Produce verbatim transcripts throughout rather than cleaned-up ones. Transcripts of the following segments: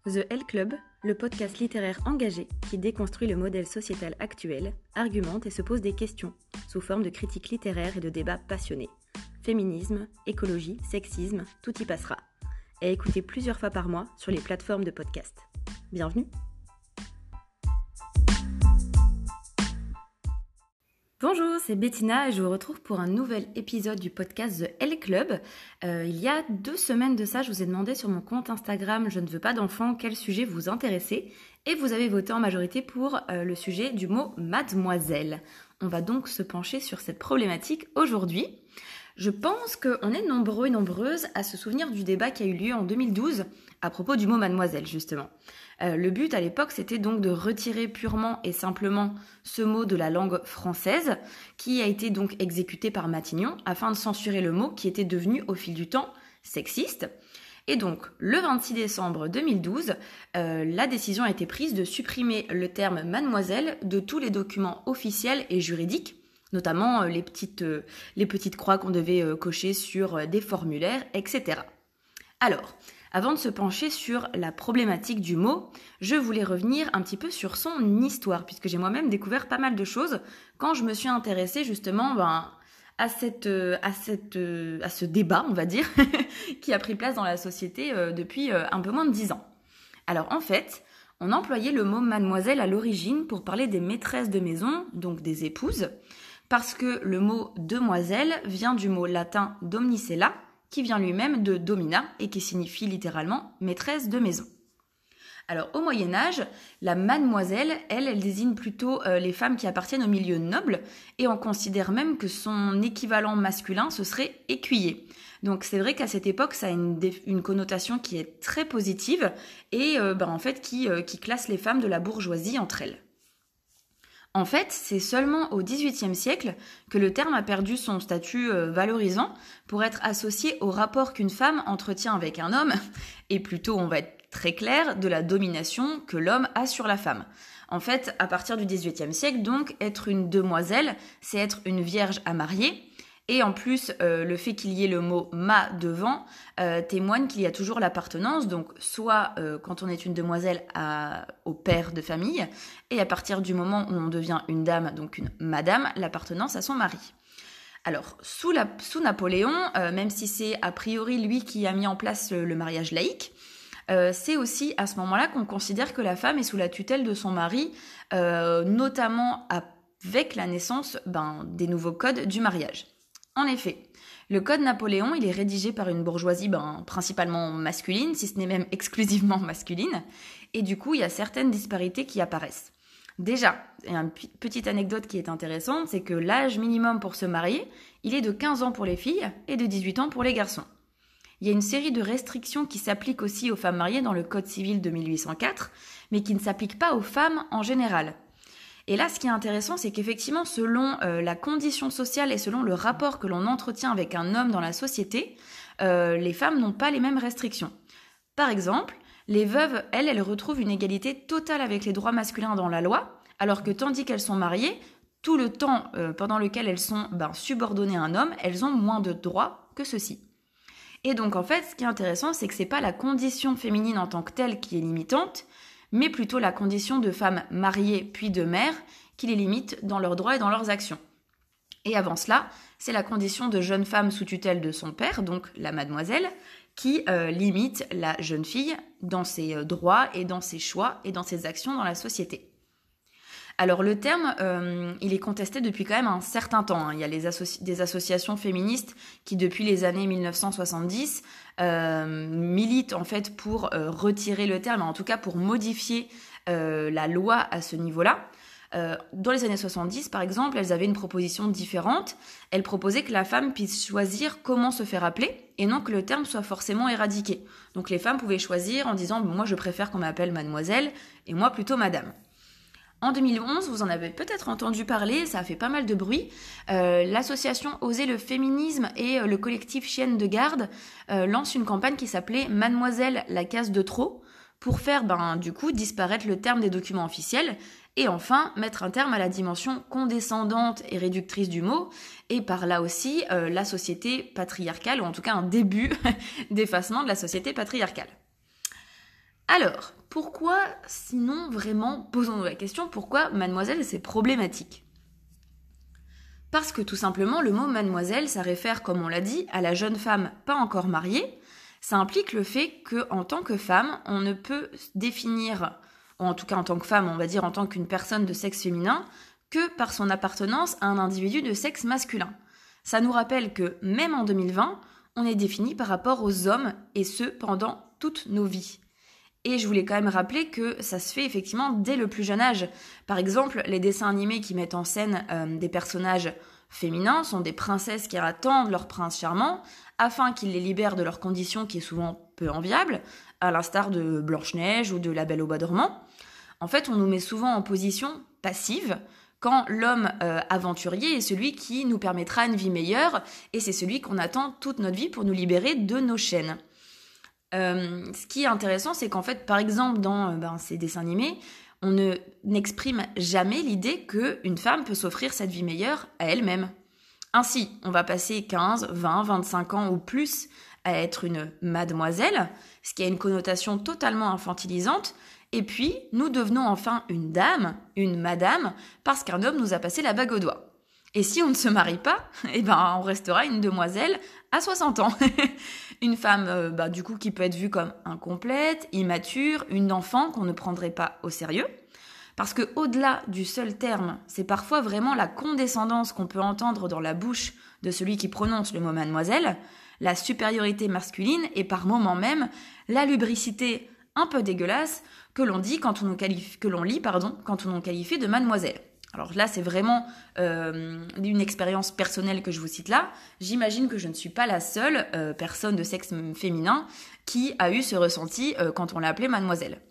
The L Club, le podcast littéraire engagé qui déconstruit le modèle sociétal actuel, argumente et se pose des questions, sous forme de critiques littéraires et de débats passionnés. Féminisme, écologie, sexisme, tout y passera. Et écoutez plusieurs fois par mois sur les plateformes de podcast. Bienvenue! Bonjour, c'est Bettina et je vous retrouve pour un nouvel épisode du podcast The L Club. Euh, il y a deux semaines de ça, je vous ai demandé sur mon compte Instagram « Je ne veux pas d'enfants » quel sujet vous intéressait et vous avez voté en majorité pour euh, le sujet du mot « mademoiselle ». On va donc se pencher sur cette problématique aujourd'hui. Je pense qu'on est nombreux et nombreuses à se souvenir du débat qui a eu lieu en deux mille douze à propos du mot « mademoiselle » justement. Euh, le but à l'époque, c'était donc de retirer purement et simplement ce mot de la langue française, qui a été donc exécuté par Matignon afin de censurer le mot qui était devenu au fil du temps sexiste. Et donc, le vingt-six décembre deux mille douze, euh, la décision a été prise de supprimer le terme mademoiselle de tous les documents officiels et juridiques, notamment euh, les, petites, euh, les petites croix qu'on devait euh, cocher sur euh, des formulaires, et cetera. Alors, avant de se pencher sur la problématique du mot, je voulais revenir un petit peu sur son histoire, puisque j'ai moi-même découvert pas mal de choses quand je me suis intéressée justement ben, à, cette, à, cette, à ce débat, on va dire, qui a pris place dans la société euh, depuis euh, un peu moins de dix ans. Alors en fait, on employait le mot mademoiselle à l'origine pour parler des maîtresses de maison, donc des épouses, parce que le mot demoiselle vient du mot latin domnicella, qui vient lui-même de domina et qui signifie littéralement maîtresse de maison. Alors au Moyen-Âge, la mademoiselle, elle, elle désigne plutôt euh, les femmes qui appartiennent au milieu noble et on considère même que son équivalent masculin, ce serait écuyer. Donc c'est vrai qu'à cette époque, ça a une, dé- une connotation qui est très positive et euh, ben, en fait qui, euh, qui classe les femmes de la bourgeoisie entre elles. En fait, c'est seulement au dix-huitième siècle que le terme a perdu son statut euh, valorisant pour être associé au rapport qu'une femme entretient avec un homme, et plutôt, on va être très clair, de la domination que l'homme a sur la femme. En fait, à partir du dix-huitième siècle, donc, être une demoiselle, c'est être une vierge à marier. Et en plus, euh, le fait qu'il y ait le mot « ma » devant euh, témoigne qu'il y a toujours l'appartenance, donc soit euh, quand on est une demoiselle à, au père de famille, et à partir du moment où on devient une dame, donc une madame, l'appartenance à son mari. Alors, sous, la, sous Napoléon, euh, même si c'est a priori lui qui a mis en place le, le mariage laïque, euh, c'est aussi à ce moment-là qu'on considère que la femme est sous la tutelle de son mari, euh, notamment avec la naissance ben, des nouveaux codes du mariage. En effet, le code Napoléon, il est rédigé par une bourgeoisie ben, principalement masculine, si ce n'est même exclusivement masculine, et du coup, il y a certaines disparités qui apparaissent. Déjà, il y a une p- petite anecdote qui est intéressante, c'est que l'âge minimum pour se marier, il est de quinze ans pour les filles et de dix-huit ans pour les garçons. Il y a une série de restrictions qui s'appliquent aussi aux femmes mariées dans le Code civil de mille huit cent quatre, mais qui ne s'appliquent pas aux femmes en général. Et là, ce qui est intéressant, c'est qu'effectivement, selon euh, la condition sociale et selon le rapport que l'on entretient avec un homme dans la société, euh, les femmes n'ont pas les mêmes restrictions. Par exemple, les veuves, elles, elles retrouvent une égalité totale avec les droits masculins dans la loi, alors que tandis qu'elles sont mariées, tout le temps euh, pendant lequel elles sont ben, subordonnées à un homme, elles ont moins de droits que ceux-ci. Et donc, en fait, ce qui est intéressant, c'est que c'est pas la condition féminine en tant que telle qui est limitante, mais plutôt la condition de femme mariée puis de mère qui les limite dans leurs droits et dans leurs actions. Et avant cela, c'est la condition de jeune femme sous tutelle de son père, donc la mademoiselle, qui euh, limite la jeune fille dans ses euh, droits et dans ses choix et dans ses actions dans la société. Alors le terme, euh, il est contesté depuis quand même un certain temps. Hein. Il y a les associ- des associations féministes qui, depuis les années mille neuf cent soixante-dix, euh, militent en fait pour euh, retirer le terme, en tout cas pour modifier euh, la loi à ce niveau-là. Euh, dans les années soixante-dix, par exemple, elles avaient une proposition différente. Elles proposaient que la femme puisse choisir comment se faire appeler et non que le terme soit forcément éradiqué. Donc les femmes pouvaient choisir en disant « moi je préfère qu'on m'appelle mademoiselle et moi plutôt madame ». En deux mille onze, vous en avez peut-être entendu parler, ça a fait pas mal de bruit, euh, l'association Oser le féminisme et euh, le collectif Chienne de garde euh, lancent une campagne qui s'appelait Mademoiselle la case de trop pour faire ben, du coup disparaître le terme des documents officiels et enfin mettre un terme à la dimension condescendante et réductrice du mot et par là aussi euh, la société patriarcale ou en tout cas un début d'effacement de la société patriarcale. Alors, pourquoi, sinon vraiment, posons-nous la question, pourquoi mademoiselle c'est problématique ? Parce que tout simplement, le mot mademoiselle, ça réfère, comme on l'a dit, à la jeune femme pas encore mariée. Ça implique le fait qu'en tant que femme, on ne peut définir, ou en tout cas en tant que femme, on va dire en tant qu'une personne de sexe féminin, que par son appartenance à un individu de sexe masculin. Ça nous rappelle que même en deux mille vingt, on est défini par rapport aux hommes, et ce, pendant toutes nos vies. Et je voulais quand même rappeler que ça se fait effectivement dès le plus jeune âge. Par exemple, les dessins animés qui mettent en scène euh, des personnages féminins sont des princesses qui attendent leur prince charmant afin qu'il les libère de leur condition qui est souvent peu enviable, à l'instar de Blanche-Neige ou de La Belle au bois dormant. En fait, on nous met souvent en position passive quand l'homme euh, aventurier est celui qui nous permettra une vie meilleure et c'est celui qu'on attend toute notre vie pour nous libérer de nos chaînes. Euh, ce qui est intéressant, c'est qu'en fait, par exemple, dans euh, ben, ces dessins animés, on ne n'exprime jamais l'idée qu'une femme peut s'offrir cette vie meilleure à elle-même. Ainsi, on va passer quinze, vingt, vingt-cinq ans ou plus à être une mademoiselle, ce qui a une connotation totalement infantilisante, et puis nous devenons enfin une dame, une madame, parce qu'un homme nous a passé la bague au doigt. Et si on ne se marie pas, eh ben, on restera une demoiselle à soixante ans. Une femme, euh, bah, du coup, qui peut être vue comme incomplète, immature, une enfant qu'on ne prendrait pas au sérieux. Parce que au-delà du seul terme, c'est parfois vraiment la condescendance qu'on peut entendre dans la bouche de celui qui prononce le mot mademoiselle, la supériorité masculine et par moments même la lubricité un peu dégueulasse que l'on dit quand on nous qualifie, que l'on lit pardon, quand on nous qualifie de mademoiselle. Alors là, c'est vraiment euh, une expérience personnelle que je vous cite là. J'imagine que je ne suis pas la seule euh, personne de sexe féminin qui a eu ce ressenti euh, quand on l'a appelée mademoiselle.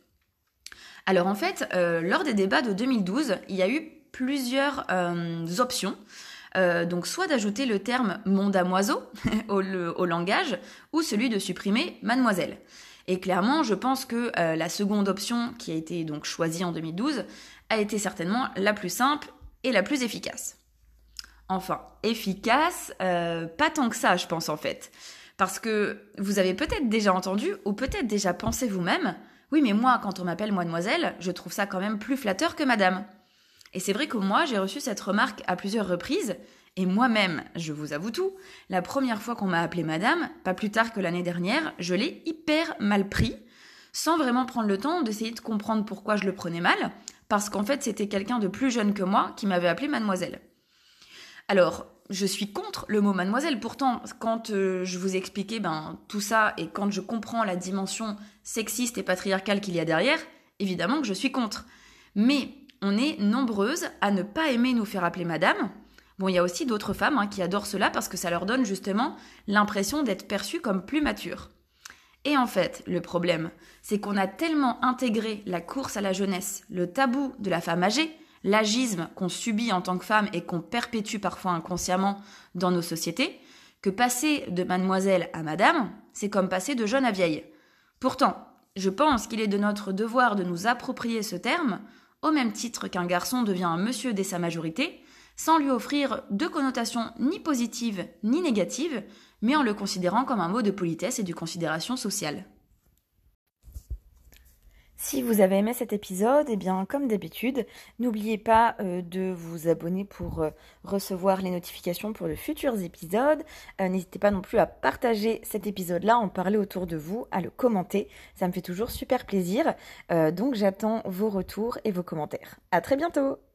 Alors en fait, euh, lors des débats de deux mille douze, il y a eu plusieurs euh, options. Euh, donc soit d'ajouter le terme mon damoiseau au, le, au langage, ou celui de supprimer mademoiselle. Et clairement, je pense que euh, la seconde option, qui a été donc choisie en deux mille douze, a été certainement la plus simple et la plus efficace. Enfin, efficace, euh, pas tant que ça, je pense en fait. Parce que vous avez peut-être déjà entendu, ou peut-être déjà pensé vous-même, oui mais moi, quand on m'appelle mademoiselle, je trouve ça quand même plus flatteur que madame. Et c'est vrai que moi, j'ai reçu cette remarque à plusieurs reprises, et moi-même, je vous avoue tout, la première fois qu'on m'a appelée madame, pas plus tard que l'année dernière, je l'ai hyper mal pris, sans vraiment prendre le temps d'essayer de comprendre pourquoi je le prenais mal, parce qu'en fait, c'était quelqu'un de plus jeune que moi qui m'avait appelée mademoiselle. Alors, je suis contre le mot mademoiselle. Pourtant, quand euh, je vous expliquais ben, tout ça et quand je comprends la dimension sexiste et patriarcale qu'il y a derrière, évidemment que je suis contre. Mais on est nombreuses à ne pas aimer nous faire appeler madame. Bon, il y a aussi d'autres femmes hein, qui adorent cela parce que ça leur donne justement l'impression d'être perçues comme plus matures. Et en fait, le problème, c'est qu'on a tellement intégré la course à la jeunesse, le tabou de la femme âgée, l'agisme qu'on subit en tant que femme et qu'on perpétue parfois inconsciemment dans nos sociétés, que passer de mademoiselle à madame, c'est comme passer de jeune à vieille. Pourtant, je pense qu'il est de notre devoir de nous approprier ce terme, au même titre qu'un garçon devient un monsieur dès sa majorité, sans lui offrir de connotation ni positive ni négative, mais en le considérant comme un mot de politesse et de considération sociale. Si vous avez aimé cet épisode, eh bien, comme d'habitude, n'oubliez pas euh, de vous abonner pour euh, recevoir les notifications pour de futurs épisodes. Euh, n'hésitez pas non plus à partager cet épisode-là, en parler autour de vous, à le commenter. Ça me fait toujours super plaisir. Euh, donc, j'attends vos retours et vos commentaires. À très bientôt!